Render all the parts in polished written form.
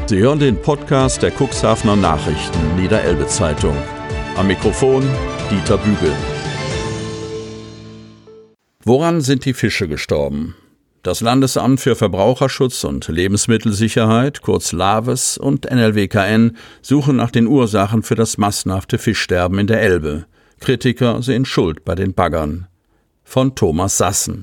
Sie hören den Podcast der Cuxhavener Nachrichten Niederelbe-Zeitung. Am Mikrofon Dieter Bügel. Woran sind die Fische gestorben? Das Landesamt für Verbraucherschutz und Lebensmittelsicherheit, kurz LAVES, und NLWKN suchen nach den Ursachen für das massenhafte Fischsterben in der Elbe. Kritiker sehen Schuld bei den Baggern. Von Thomas Sassen.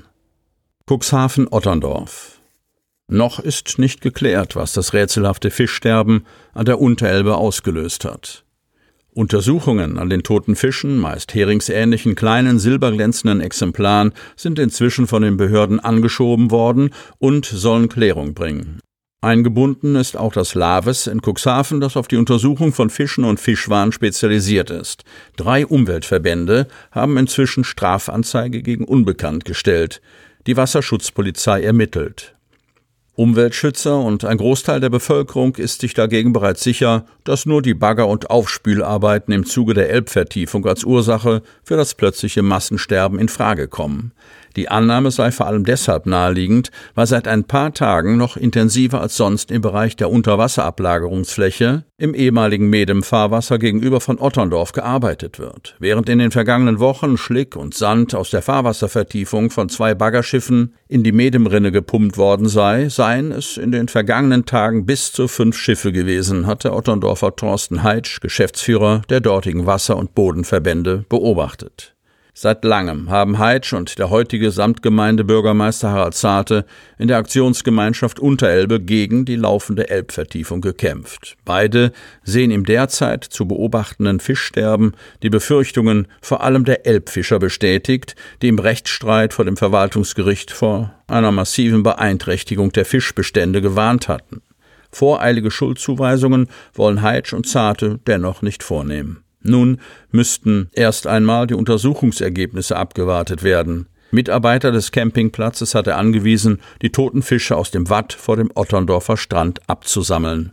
Cuxhaven-Otterndorf. Noch ist nicht geklärt, was das rätselhafte Fischsterben an der Unterelbe ausgelöst hat. Untersuchungen an den toten Fischen, meist heringsähnlichen kleinen silberglänzenden Exemplaren, sind inzwischen von den Behörden angeschoben worden und sollen Klärung bringen. Eingebunden ist auch das LAVES in Cuxhaven, das auf die Untersuchung von Fischen und Fischwaren spezialisiert ist. 3 Umweltverbände haben inzwischen Strafanzeige gegen Unbekannt gestellt. Die Wasserschutzpolizei ermittelt. Umweltschützer und ein Großteil der Bevölkerung ist sich dagegen bereits sicher, dass nur die Bagger- und Aufspülarbeiten im Zuge der Elbvertiefung als Ursache für das plötzliche Massensterben in Frage kommen. Die Annahme sei vor allem deshalb naheliegend, weil seit ein paar Tagen noch intensiver als sonst im Bereich der Unterwasserablagerungsfläche im ehemaligen Medem-Fahrwasser gegenüber von Otterndorf gearbeitet wird. Während in den vergangenen Wochen Schlick und Sand aus der Fahrwasservertiefung von 2 Baggerschiffen in die Medem-Rinne gepumpt worden seien es in den vergangenen Tagen bis zu 5 Schiffe gewesen, hat der Otterndorfer Thorsten Heitsch, Geschäftsführer der dortigen Wasser- und Bodenverbände, beobachtet. Seit langem haben Heitsch und der heutige Samtgemeindebürgermeister Harald Zarte in der Aktionsgemeinschaft Unterelbe gegen die laufende Elbvertiefung gekämpft. Beide sehen im derzeit zu beobachtenden Fischsterben die Befürchtungen vor allem der Elbfischer bestätigt, die im Rechtsstreit vor dem Verwaltungsgericht vor einer massiven Beeinträchtigung der Fischbestände gewarnt hatten. Voreilige Schuldzuweisungen wollen Heitsch und Zarte dennoch nicht vornehmen. Nun müssten erst einmal die Untersuchungsergebnisse abgewartet werden. Mitarbeiter des Campingplatzes hat er angewiesen, die toten Fische aus dem Watt vor dem Otterndorfer Strand abzusammeln.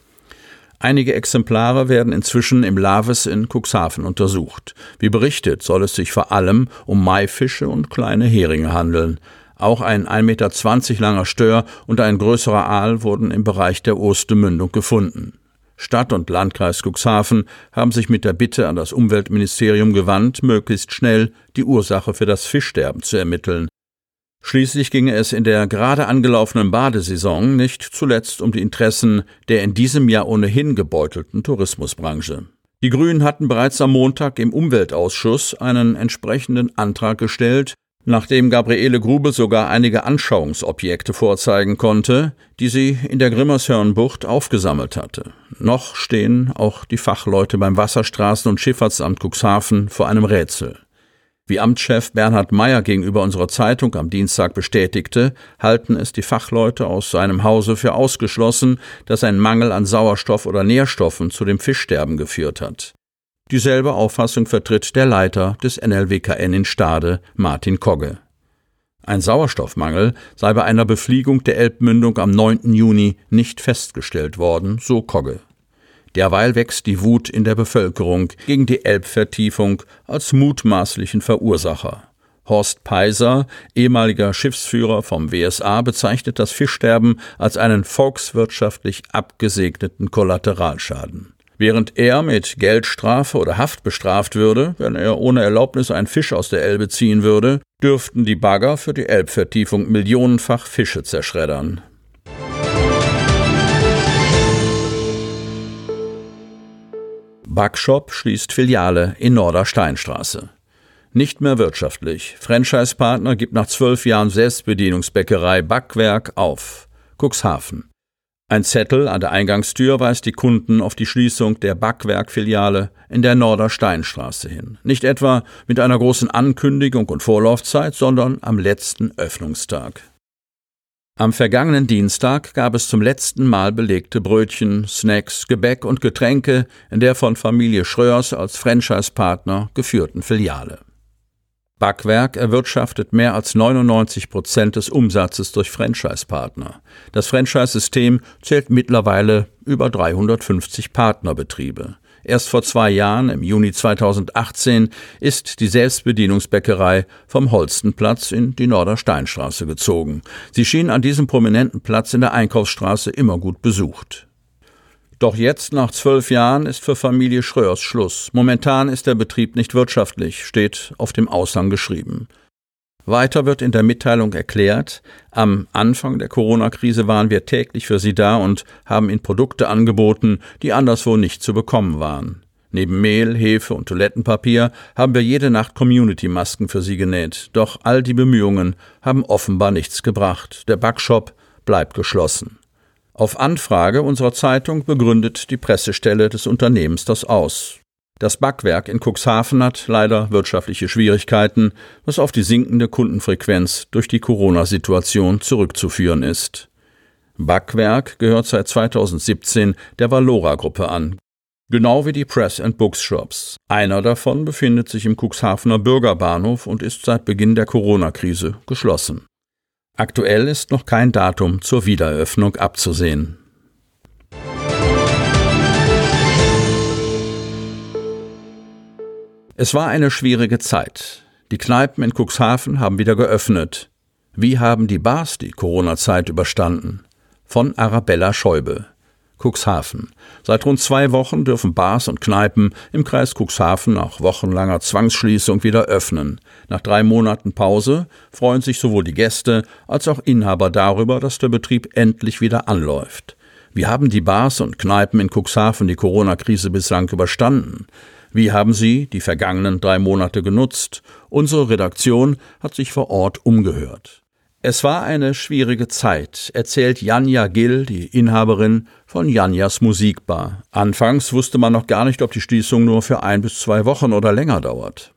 Einige Exemplare werden inzwischen im LAVES in Cuxhaven untersucht. Wie berichtet, soll es sich vor allem um Maifische und kleine Heringe handeln. Auch ein 1,20 Meter langer Stör und ein größerer Aal wurden im Bereich der Ostermündung gefunden. Stadt und Landkreis Cuxhaven haben sich mit der Bitte an das Umweltministerium gewandt, möglichst schnell die Ursache für das Fischsterben zu ermitteln. Schließlich ginge es in der gerade angelaufenen Badesaison nicht zuletzt um die Interessen der in diesem Jahr ohnehin gebeutelten Tourismusbranche. Die Grünen hatten bereits am Montag im Umweltausschuss einen entsprechenden Antrag gestellt, nachdem Gabriele Grube sogar einige Anschauungsobjekte vorzeigen konnte, die sie in der Grimmershörnbucht aufgesammelt hatte. Noch stehen auch die Fachleute beim Wasserstraßen- und Schifffahrtsamt Cuxhaven vor einem Rätsel. Wie Amtschef Bernhard Meyer gegenüber unserer Zeitung am Dienstag bestätigte, halten es die Fachleute aus seinem Hause für ausgeschlossen, dass ein Mangel an Sauerstoff oder Nährstoffen zu dem Fischsterben geführt hat. Dieselbe Auffassung vertritt der Leiter des NLWKN in Stade, Martin Kogge. Ein Sauerstoffmangel sei bei einer Befliegung der Elbmündung am 9. Juni nicht festgestellt worden, so Kogge. Derweil wächst die Wut in der Bevölkerung gegen die Elbvertiefung als mutmaßlichen Verursacher. Horst Peiser, ehemaliger Schiffsführer vom WSA, bezeichnet das Fischsterben als einen volkswirtschaftlich abgesegneten Kollateralschaden. Während er mit Geldstrafe oder Haft bestraft würde, wenn er ohne Erlaubnis einen Fisch aus der Elbe ziehen würde, dürften die Bagger für die Elbvertiefung millionenfach Fische zerschreddern. Backshop schließt Filiale in Nordersteinstraße. Nicht mehr wirtschaftlich. Franchise-Partner gibt nach 12 Jahren Selbstbedienungsbäckerei Backwerk auf. Cuxhaven. Ein Zettel an der Eingangstür weist die Kunden auf die Schließung der Backwerk-Filiale in der Nordersteinstraße hin. Nicht etwa mit einer großen Ankündigung und Vorlaufzeit, sondern am letzten Öffnungstag. Am vergangenen Dienstag gab es zum letzten Mal belegte Brötchen, Snacks, Gebäck und Getränke in der von Familie Schröers als Franchise-Partner geführten Filiale. Backwerk erwirtschaftet mehr als 99% des Umsatzes durch Franchise-Partner. Das Franchise-System zählt mittlerweile über 350 Partnerbetriebe. Erst vor 2 Jahren, im Juni 2018, ist die Selbstbedienungsbäckerei vom Holstenplatz in die Nordersteinstraße gezogen. Sie schien an diesem prominenten Platz in der Einkaufsstraße immer gut besucht. Doch jetzt, nach 12 Jahren, ist für Familie Schröers Schluss. Momentan ist der Betrieb nicht wirtschaftlich, steht auf dem Aushang geschrieben. Weiter wird in der Mitteilung erklärt, am Anfang der Corona-Krise waren wir täglich für Sie da und haben Ihnen Produkte angeboten, die anderswo nicht zu bekommen waren. Neben Mehl, Hefe und Toilettenpapier haben wir jede Nacht Community-Masken für Sie genäht. Doch all die Bemühungen haben offenbar nichts gebracht. Der Backshop bleibt geschlossen. Auf Anfrage unserer Zeitung begründet die Pressestelle des Unternehmens das aus. Das Backwerk in Cuxhaven hat leider wirtschaftliche Schwierigkeiten, was auf die sinkende Kundenfrequenz durch die Corona-Situation zurückzuführen ist. Backwerk gehört seit 2017 der Valora-Gruppe an, genau wie die Press & Books Shops. Einer davon befindet sich im Cuxhavener Bürgerbahnhof und ist seit Beginn der Corona-Krise geschlossen. Aktuell ist noch kein Datum zur Wiedereröffnung abzusehen. Es war eine schwierige Zeit. Die Kneipen in Cuxhaven haben wieder geöffnet. Wie haben die Bars die Corona-Zeit überstanden? Von Arabella Schäuble. Cuxhaven. Seit rund 2 Wochen dürfen Bars und Kneipen im Kreis Cuxhaven nach wochenlanger Zwangsschließung wieder öffnen. Nach 3 Monaten Pause freuen sich sowohl die Gäste als auch Inhaber darüber, dass der Betrieb endlich wieder anläuft. Wie haben die Bars und Kneipen in Cuxhaven die Corona-Krise bislang überstanden? Wie haben Sie die vergangenen 3 Monate genutzt? Unsere Redaktion hat sich vor Ort umgehört. Es war eine schwierige Zeit, erzählt Janja Gill, die Inhaberin von Janjas Musikbar. Anfangs wusste man noch gar nicht, ob die Schließung nur für 1 bis 2 Wochen oder länger dauert.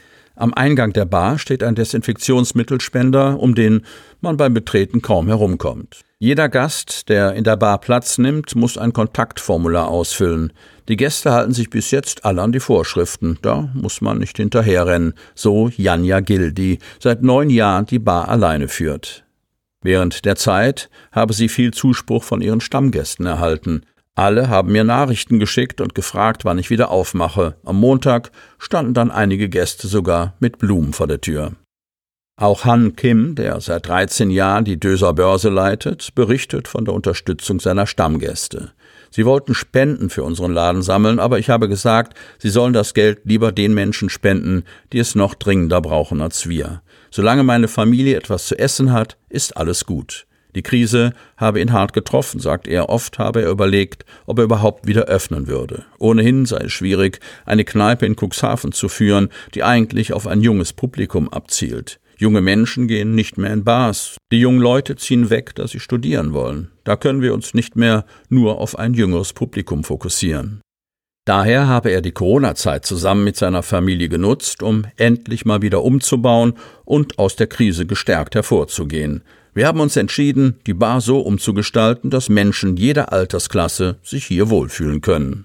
Am Eingang der Bar steht ein Desinfektionsmittelspender, um den man beim Betreten kaum herumkommt. Jeder Gast, der in der Bar Platz nimmt, muss ein Kontaktformular ausfüllen. Die Gäste halten sich bis jetzt alle an die Vorschriften. Da muss man nicht hinterherrennen, so Janja Gill, die seit 9 Jahren die Bar alleine führt. Während der Zeit habe sie viel Zuspruch von ihren Stammgästen erhalten. Alle haben mir Nachrichten geschickt und gefragt, wann ich wieder aufmache. Am Montag standen dann einige Gäste sogar mit Blumen vor der Tür. Auch Han Kim, der seit 13 Jahren die Döser Börse leitet, berichtet von der Unterstützung seiner Stammgäste. Sie wollten Spenden für unseren Laden sammeln, aber ich habe gesagt, sie sollen das Geld lieber den Menschen spenden, die es noch dringender brauchen als wir. Solange meine Familie etwas zu essen hat, ist alles gut. Die Krise habe ihn hart getroffen, sagt er. Oft habe er überlegt, ob er überhaupt wieder öffnen würde. Ohnehin sei es schwierig, eine Kneipe in Cuxhaven zu führen, die eigentlich auf ein junges Publikum abzielt. Junge Menschen gehen nicht mehr in Bars. Die jungen Leute ziehen weg, da sie studieren wollen. Da können wir uns nicht mehr nur auf ein jüngeres Publikum fokussieren. Daher habe er die Corona-Zeit zusammen mit seiner Familie genutzt, um endlich mal wieder umzubauen und aus der Krise gestärkt hervorzugehen. Wir haben uns entschieden, die Bar so umzugestalten, dass Menschen jeder Altersklasse sich hier wohlfühlen können.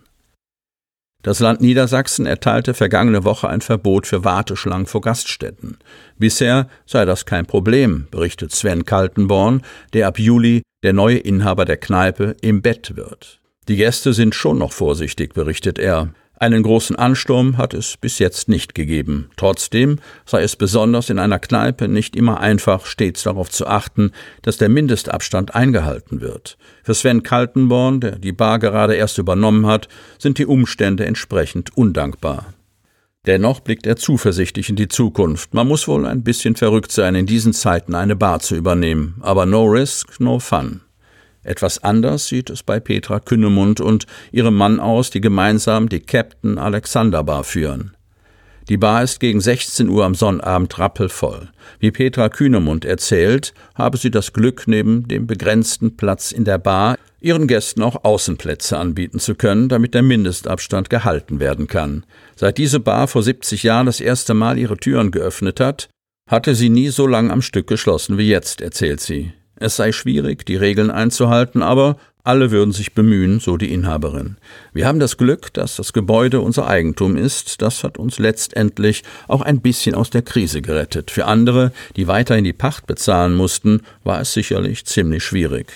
Das Land Niedersachsen erteilte vergangene Woche ein Verbot für Warteschlangen vor Gaststätten. Bisher sei das kein Problem, berichtet Sven Kaltenborn, der ab Juli der neue Inhaber der Kneipe im Bett wird. Die Gäste sind schon noch vorsichtig, berichtet er. Einen großen Ansturm hat es bis jetzt nicht gegeben. Trotzdem sei es besonders in einer Kneipe nicht immer einfach, stets darauf zu achten, dass der Mindestabstand eingehalten wird. Für Sven Kaltenborn, der die Bar gerade erst übernommen hat, sind die Umstände entsprechend undankbar. Dennoch blickt er zuversichtlich in die Zukunft. Man muss wohl ein bisschen verrückt sein, in diesen Zeiten eine Bar zu übernehmen. Aber no risk, no fun. Etwas anders sieht es bei Petra Künnemund und ihrem Mann aus, die gemeinsam die Captain Alexander Bar führen. Die Bar ist gegen 16 Uhr am Sonnabend rappelvoll. Wie Petra Künnemund erzählt, habe sie das Glück, neben dem begrenzten Platz in der Bar ihren Gästen auch Außenplätze anbieten zu können, damit der Mindestabstand gehalten werden kann. Seit diese Bar vor 70 Jahren das erste Mal ihre Türen geöffnet hat, hatte sie nie so lang am Stück geschlossen wie jetzt, erzählt sie. Es sei schwierig, die Regeln einzuhalten, aber alle würden sich bemühen, so die Inhaberin. Wir haben das Glück, dass das Gebäude unser Eigentum ist. Das hat uns letztendlich auch ein bisschen aus der Krise gerettet. Für andere, die weiterhin die Pacht bezahlen mussten, war es sicherlich ziemlich schwierig.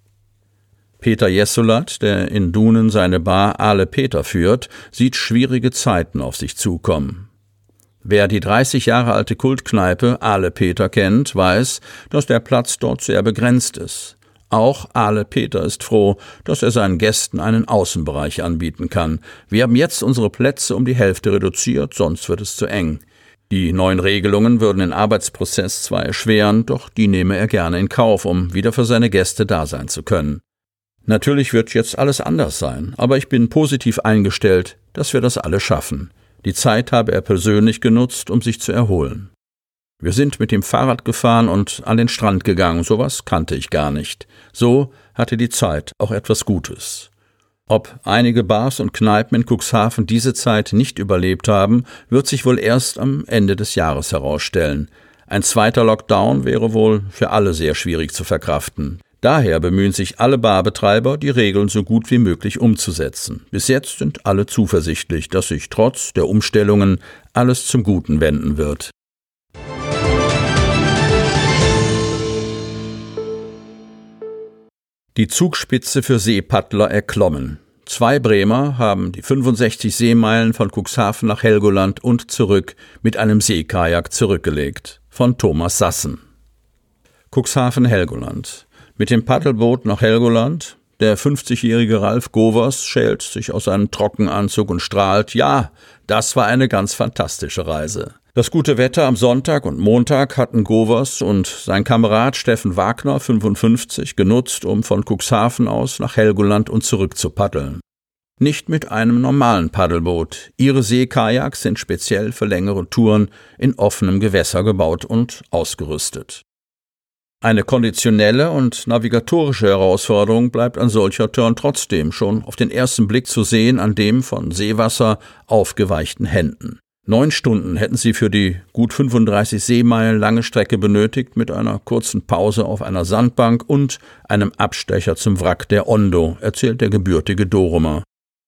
Peter Jessulat, der in Dunen seine Bar Ale Peter führt, sieht schwierige Zeiten auf sich zukommen. Wer die 30 Jahre alte Kultkneipe Ale Peter kennt, weiß, dass der Platz dort sehr begrenzt ist. Auch Ale Peter ist froh, dass er seinen Gästen einen Außenbereich anbieten kann. Wir haben jetzt unsere Plätze um die Hälfte reduziert, sonst wird es zu eng. Die neuen Regelungen würden den Arbeitsprozess zwar erschweren, doch die nehme er gerne in Kauf, um wieder für seine Gäste da sein zu können. Natürlich wird jetzt alles anders sein, aber ich bin positiv eingestellt, dass wir das alle schaffen. Die Zeit habe er persönlich genutzt, um sich zu erholen. Wir sind mit dem Fahrrad gefahren und an den Strand gegangen, sowas kannte ich gar nicht. So hatte die Zeit auch etwas Gutes. Ob einige Bars und Kneipen in Cuxhaven diese Zeit nicht überlebt haben, wird sich wohl erst am Ende des Jahres herausstellen. Ein zweiter Lockdown wäre wohl für alle sehr schwierig zu verkraften. Daher bemühen sich alle Barbetreiber, die Regeln so gut wie möglich umzusetzen. Bis jetzt sind alle zuversichtlich, dass sich trotz der Umstellungen alles zum Guten wenden wird. Die Zugspitze für Seepaddler erklommen. 2 Bremer haben die 65 Seemeilen von Cuxhaven nach Helgoland und zurück mit einem Seekajak zurückgelegt. Von Thomas Sassen. Cuxhaven-Helgoland. Mit dem Paddelboot nach Helgoland. Der 50-jährige Ralf Govers schält sich aus seinem Trockenanzug und strahlt. Ja, das war eine ganz fantastische Reise. Das gute Wetter am Sonntag und Montag hatten Govers und sein Kamerad Steffen Wagner, 55, genutzt, um von Cuxhaven aus nach Helgoland und zurück zu paddeln. Nicht mit einem normalen Paddelboot. Ihre Seekajaks sind speziell für längere Touren in offenem Gewässer gebaut und ausgerüstet. Eine konditionelle und navigatorische Herausforderung bleibt ein solcher Turn trotzdem schon auf den ersten Blick zu sehen an dem von Seewasser aufgeweichten Händen. 9 Stunden hätten sie für die gut 35 Seemeilen lange Strecke benötigt, mit einer kurzen Pause auf einer Sandbank und einem Abstecher zum Wrack der Ondo, erzählt der gebürtige Dorumer.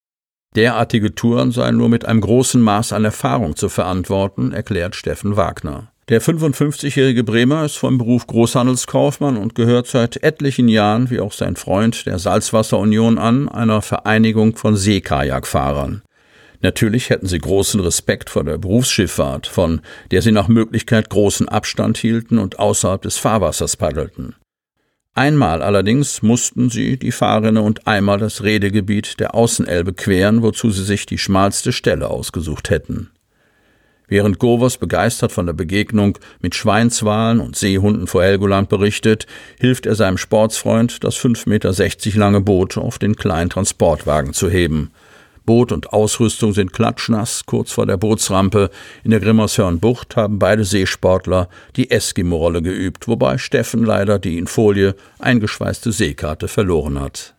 Derartige Touren seien nur mit einem großen Maß an Erfahrung zu verantworten, erklärt Steffen Wagner. Der 55-jährige Bremer ist vom Beruf Großhandelskaufmann und gehört seit etlichen Jahren, wie auch sein Freund, der Salzwasserunion an, einer Vereinigung von Seekajakfahrern. Natürlich hätten sie großen Respekt vor der Berufsschifffahrt, von der sie nach Möglichkeit großen Abstand hielten und außerhalb des Fahrwassers paddelten. Einmal allerdings mussten sie, die Fahrrinne und Eimer, das Redegebiet der Außenelbe queren, wozu sie sich die schmalste Stelle ausgesucht hätten. Während Govers begeistert von der Begegnung mit Schweinswalen und Seehunden vor Helgoland berichtet, hilft er seinem Sportsfreund, das 5,60 Meter lange Boot auf den kleinen Transportwagen zu heben. Boot und Ausrüstung sind klatschnass, kurz vor der Bootsrampe. In der Grimmershörnbucht haben beide Seesportler die Eskimo-Rolle geübt, wobei Steffen leider die in Folie eingeschweißte Seekarte verloren hat.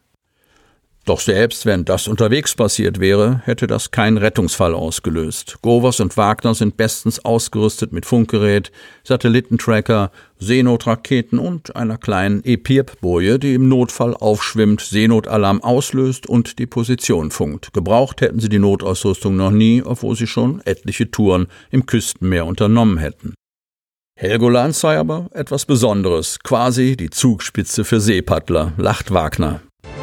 Doch selbst wenn das unterwegs passiert wäre, hätte das keinen Rettungsfall ausgelöst. Govers und Wagner sind bestens ausgerüstet mit Funkgerät, Satellitentracker, Seenotraketen und einer kleinen EPIRB-Boje, die im Notfall aufschwimmt, Seenotalarm auslöst und die Position funkt. Gebraucht hätten sie die Notausrüstung noch nie, obwohl sie schon etliche Touren im Küstenmeer unternommen hätten. Helgoland sei aber etwas Besonderes, quasi die Zugspitze für Seepaddler, lacht Wagner.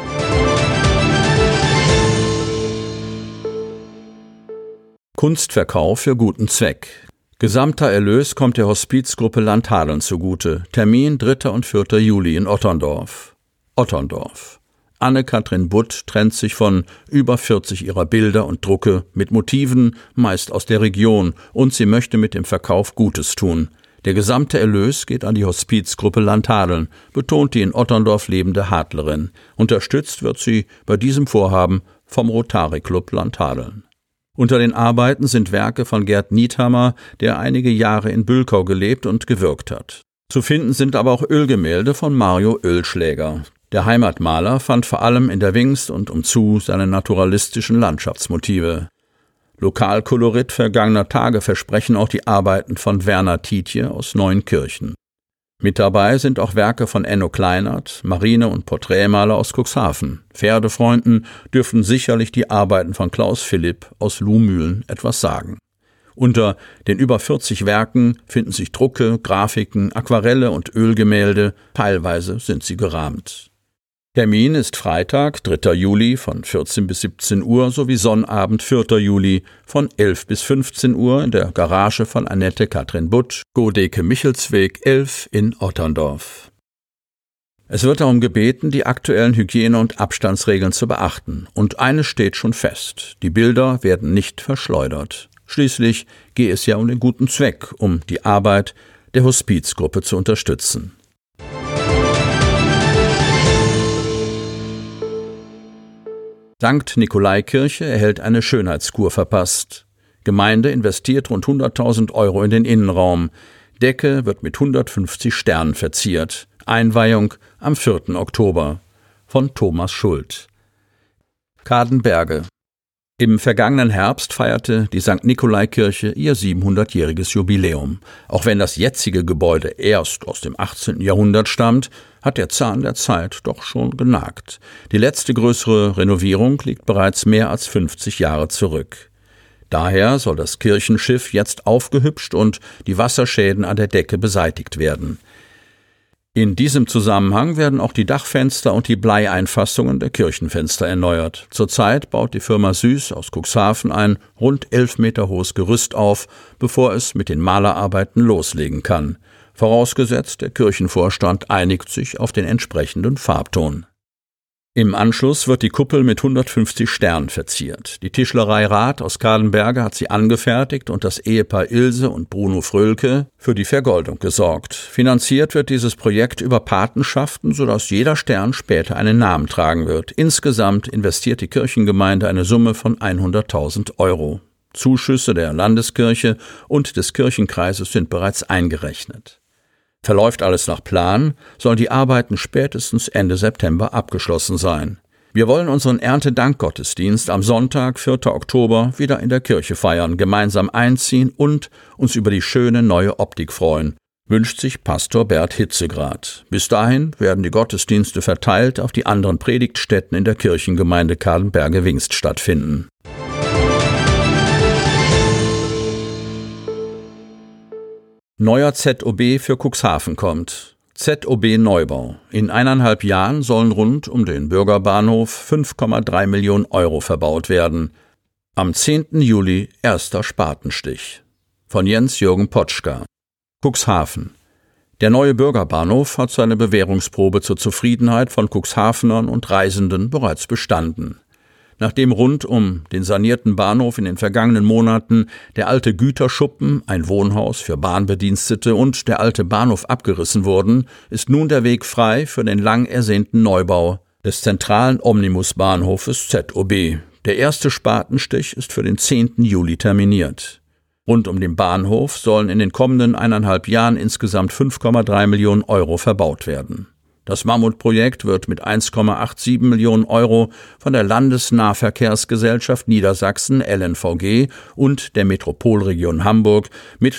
Kunstverkauf für guten Zweck. Gesamter Erlös kommt der Hospizgruppe Landhadeln zugute. Termin 3. und 4. Juli in Otterndorf. Otterndorf. Anne-Kathrin Butt trennt sich von über 40 ihrer Bilder und Drucke mit Motiven, meist aus der Region, und sie möchte mit dem Verkauf Gutes tun. Der gesamte Erlös geht an die Hospizgruppe Landhadeln, betont die in Otterndorf lebende Hadlerin. Unterstützt wird sie bei diesem Vorhaben vom Rotary Club Landhadeln. Unter den Arbeiten sind Werke von Gerd Niethammer, der einige Jahre in Bülkau gelebt und gewirkt hat. Zu finden sind aber auch Ölgemälde von Mario Oehlschläger. Der Heimatmaler fand vor allem in der Wingst und umzu seine naturalistischen Landschaftsmotive. Lokalkolorit vergangener Tage versprechen auch die Arbeiten von Werner Tietje aus Neuenkirchen. Mit dabei sind auch Werke von Enno Kleinert, Marine- und Porträtmaler aus Cuxhaven. Pferdefreunden dürften sicherlich die Arbeiten von Klaus Philipp aus Luhmühlen etwas sagen. Unter den über 40 Werken finden sich Drucke, Grafiken, Aquarelle und Ölgemälde, teilweise sind sie gerahmt. Termin ist Freitag, 3. Juli von 14 bis 17 Uhr sowie Sonnabend, 4. Juli von 11 bis 15 Uhr in der Garage von Annette Kathrin Butt, Godeke Michelsweg 11 in Otterndorf. Es wird darum gebeten, die aktuellen Hygiene- und Abstandsregeln zu beachten. Und eines steht schon fest: Die Bilder werden nicht verschleudert. Schließlich gehe es ja um den guten Zweck, um die Arbeit der Hospizgruppe zu unterstützen. St. Nikolaikirche erhält eine Schönheitskur verpasst. Gemeinde investiert rund 100.000 € in den Innenraum. Decke wird mit 150 Sternen verziert. Einweihung am 4. Oktober. Von Thomas Schuld. Kadenberge. Im vergangenen Herbst feierte die St. Nikolaikirche ihr 700-jähriges Jubiläum. Auch wenn das jetzige Gebäude erst aus dem 18. Jahrhundert stammt, hat der Zahn der Zeit doch schon genagt. Die letzte größere Renovierung liegt bereits mehr als 50 Jahre zurück. Daher soll das Kirchenschiff jetzt aufgehübscht und die Wasserschäden an der Decke beseitigt werden. In diesem Zusammenhang werden auch die Dachfenster und die Bleieinfassungen der Kirchenfenster erneuert. Zurzeit baut die Firma Süß aus Cuxhaven ein rund 11 Meter hohes Gerüst auf, bevor es mit den Malerarbeiten loslegen kann. Vorausgesetzt, der Kirchenvorstand einigt sich auf den entsprechenden Farbton. Im Anschluss wird die Kuppel mit 150 Sternen verziert. Die Tischlerei Rath aus Kadenberge hat sie angefertigt und das Ehepaar Ilse und Bruno Fröhlke für die Vergoldung gesorgt. Finanziert wird dieses Projekt über Patenschaften, sodass jeder Stern später einen Namen tragen wird. Insgesamt investiert die Kirchengemeinde eine Summe von 100.000 €. Zuschüsse der Landeskirche und des Kirchenkreises sind bereits eingerechnet. Verläuft alles nach Plan, sollen die Arbeiten spätestens Ende September abgeschlossen sein. Wir wollen unseren Erntedankgottesdienst am Sonntag, 4. Oktober, wieder in der Kirche feiern, gemeinsam einziehen und uns über die schöne neue Optik freuen, wünscht sich Pastor Bert Hitzegrad. Bis dahin werden die Gottesdienste verteilt auf die anderen Predigtstätten in der Kirchengemeinde Kadenberge-Wingst stattfinden. Neuer ZOB für Cuxhaven kommt. ZOB Neubau. In 1,5 Jahren sollen rund um den Bürgerbahnhof 5,3 Millionen € verbaut werden. Am 10. Juli erster Spatenstich. Von Jens-Jürgen Potschka. Cuxhaven. Der neue Bürgerbahnhof hat seine Bewährungsprobe zur Zufriedenheit von Cuxhavenern und Reisenden bereits bestanden. Nachdem rund um den sanierten Bahnhof in den vergangenen Monaten der alte Güterschuppen, ein Wohnhaus für Bahnbedienstete und der alte Bahnhof abgerissen wurden, ist nun der Weg frei für den lang ersehnten Neubau des zentralen Omnibusbahnhofes ZOB. Der erste Spatenstich ist für den 10. Juli terminiert. Rund um den Bahnhof sollen in den kommenden 1,5 Jahren insgesamt 5,3 Millionen € verbaut werden. Das Mammutprojekt wird mit 1,87 Millionen € von der Landesnahverkehrsgesellschaft Niedersachsen LNVG und der Metropolregion Hamburg mit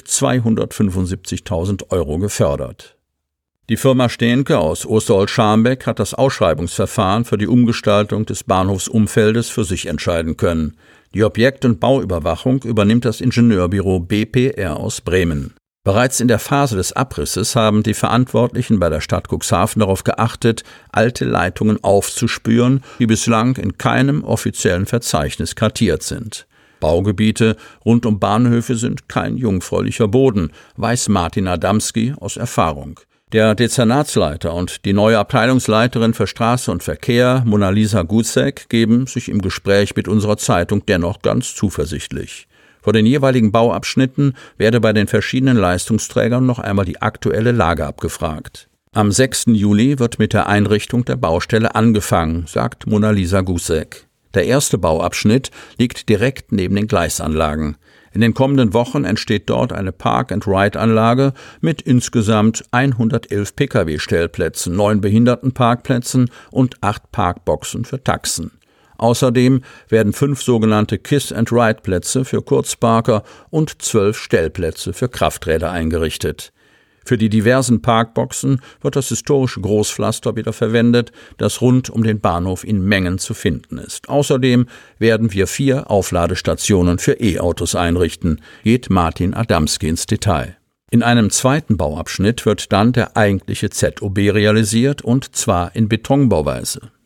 275.000 € gefördert. Die Firma Stehnke aus Osterholz-Scharmbeck hat das Ausschreibungsverfahren für die Umgestaltung des Bahnhofsumfeldes für sich entscheiden können. Die Objekt- und Bauüberwachung übernimmt das Ingenieurbüro BPR aus Bremen. Bereits in der Phase des Abrisses haben die Verantwortlichen bei der Stadt Cuxhaven darauf geachtet, alte Leitungen aufzuspüren, die bislang in keinem offiziellen Verzeichnis kartiert sind. Baugebiete rund um Bahnhöfe sind kein jungfräulicher Boden, weiß Martin Adamski aus Erfahrung. Der Dezernatsleiter und die neue Abteilungsleiterin für Straße und Verkehr, Mona-Lisa Gutzek, geben sich im Gespräch mit unserer Zeitung dennoch ganz zuversichtlich. Vor den jeweiligen Bauabschnitten werde bei den verschiedenen Leistungsträgern noch einmal die aktuelle Lage abgefragt. Am 6. Juli wird mit der Einrichtung der Baustelle angefangen, sagt Mona-Lisa Gutzek. Der erste Bauabschnitt liegt direkt neben den Gleisanlagen. In den kommenden Wochen entsteht dort eine Park-and-Ride-Anlage mit insgesamt 111 Pkw-Stellplätzen, 9 Behindertenparkplätzen und 8 Parkboxen für Taxen. Außerdem werden 5 sogenannte Kiss-and-Ride-Plätze für Kurzparker und 12 Stellplätze für Krafträder eingerichtet. Für die diversen Parkboxen wird das historische Großpflaster wieder verwendet, das rund um den Bahnhof in Mengen zu finden ist. Außerdem werden wir 4 Aufladestationen für E-Autos einrichten, geht Martin Adamski ins Detail. In einem zweiten Bauabschnitt wird dann der eigentliche ZOB realisiert, und zwar in Betonbauweise.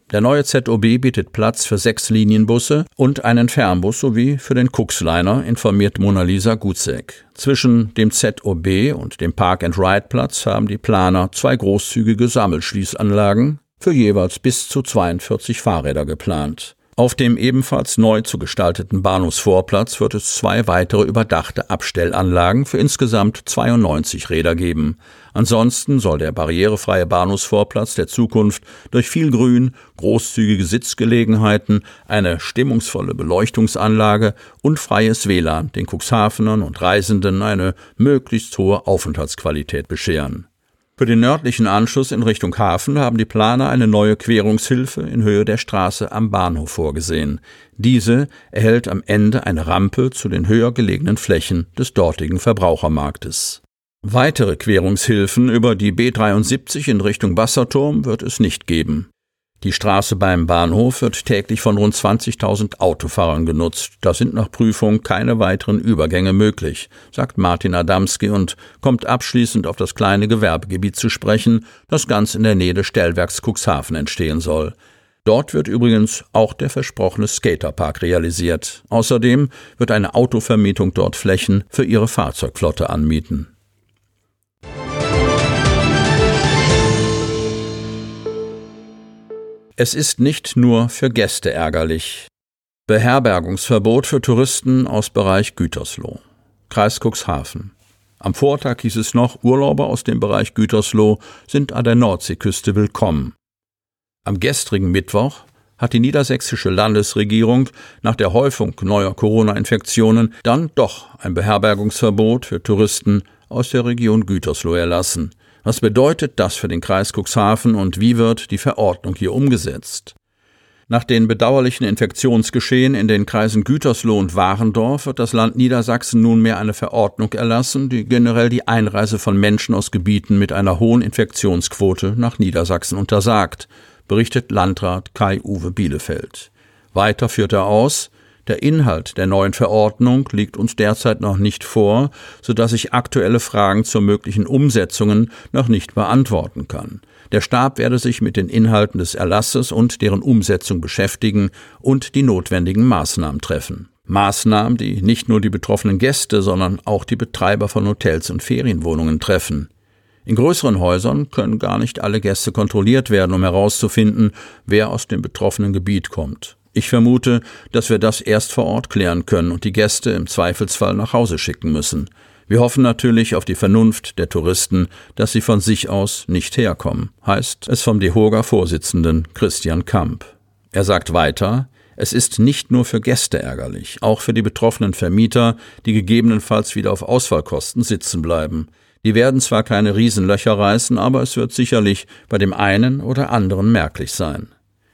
Der neue ZOB bietet Platz für 6 Linienbusse und einen Fernbus sowie für den Cuxliner, informiert Mona-Lisa Gutzek. Zwischen dem ZOB und dem Park-and-Ride-Platz haben die Planer 2 großzügige Sammelschließanlagen für jeweils bis zu 42 Fahrräder geplant. Auf dem ebenfalls neu zu gestalteten Bahnhofsvorplatz wird es 2 weitere überdachte Abstellanlagen für insgesamt 92 Räder geben. Ansonsten soll der barrierefreie Bahnhofsvorplatz der Zukunft durch viel Grün, großzügige Sitzgelegenheiten, eine stimmungsvolle Beleuchtungsanlage und freies WLAN den Cuxhavenern und Reisenden eine möglichst hohe Aufenthaltsqualität bescheren. Für den nördlichen Anschluss in Richtung Hafen haben die Planer eine neue Querungshilfe in Höhe der Straße am Bahnhof vorgesehen. Diese erhält am Ende eine Rampe zu den höher gelegenen Flächen des dortigen Verbrauchermarktes. Weitere Querungshilfen über die B73 in Richtung Wasserturm wird es nicht geben. Die Straße beim Bahnhof wird täglich von rund 20.000 Autofahrern genutzt. Da sind nach Prüfung keine weiteren Übergänge möglich, sagt Martin Adamski und kommt abschließend auf das kleine Gewerbegebiet zu sprechen, das ganz in der Nähe des Stellwerks Cuxhaven entstehen soll. Dort wird übrigens auch der versprochene Skaterpark realisiert. Außerdem wird eine Autovermietung dort Flächen für ihre Fahrzeugflotte anmieten. Es ist nicht nur für Gäste ärgerlich. Beherbergungsverbot für Touristen aus Bereich Gütersloh. Kreis Cuxhaven. Am Vortag hieß es noch, Urlauber aus dem Bereich Gütersloh sind an der Nordseeküste willkommen. Am gestrigen Mittwoch hat die niedersächsische Landesregierung nach der Häufung neuer Corona-Infektionen dann doch ein Beherbergungsverbot für Touristen aus der Region Gütersloh erlassen. Was bedeutet das für den Kreis Cuxhaven und wie wird die Verordnung hier umgesetzt? Nach den bedauerlichen Infektionsgeschehen in den Kreisen Gütersloh und Warendorf wird das Land Niedersachsen nunmehr eine Verordnung erlassen, die generell die Einreise von Menschen aus Gebieten mit einer hohen Infektionsquote nach Niedersachsen untersagt, berichtet Landrat Kai-Uwe Bielefeld. Weiter führt er aus, der Inhalt der neuen Verordnung liegt uns derzeit noch nicht vor, sodass ich aktuelle Fragen zu möglichen Umsetzungen noch nicht beantworten kann. Der Stab werde sich mit den Inhalten des Erlasses und deren Umsetzung beschäftigen und die notwendigen Maßnahmen treffen. Maßnahmen, die nicht nur die betroffenen Gäste, sondern auch die Betreiber von Hotels und Ferienwohnungen treffen. In größeren Häusern können gar nicht alle Gäste kontrolliert werden, um herauszufinden, wer aus dem betroffenen Gebiet kommt. Ich vermute, dass wir das erst vor Ort klären können und die Gäste im Zweifelsfall nach Hause schicken müssen. Wir hoffen natürlich auf die Vernunft der Touristen, dass sie von sich aus nicht herkommen, heißt es vom DEHOGA-Vorsitzenden Christian Kamp. Er sagt weiter, es ist nicht nur für Gäste ärgerlich, auch für die betroffenen Vermieter, die gegebenenfalls wieder auf Ausfallkosten sitzen bleiben. Die werden zwar keine Riesenlöcher reißen, aber es wird sicherlich bei dem einen oder anderen merklich sein.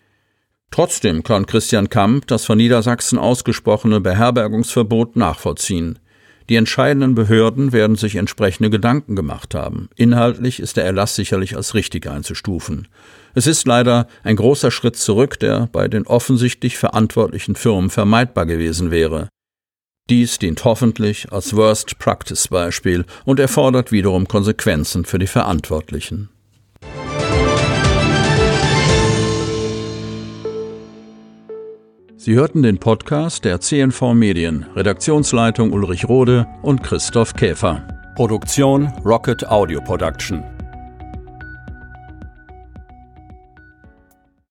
Trotzdem kann Christian Kamp das von Niedersachsen ausgesprochene Beherbergungsverbot nachvollziehen. Die entscheidenden Behörden werden sich entsprechende Gedanken gemacht haben. Inhaltlich ist der Erlass sicherlich als richtig einzustufen. Es ist leider ein großer Schritt zurück, der bei den offensichtlich verantwortlichen Firmen vermeidbar gewesen wäre. Dies dient hoffentlich als Worst-Practice-Beispiel und erfordert wiederum Konsequenzen für die Verantwortlichen. Sie hörten den Podcast der CNV Medien, Redaktionsleitung Ulrich Rode und Christoph Käfer. Produktion Rocket Audio Production.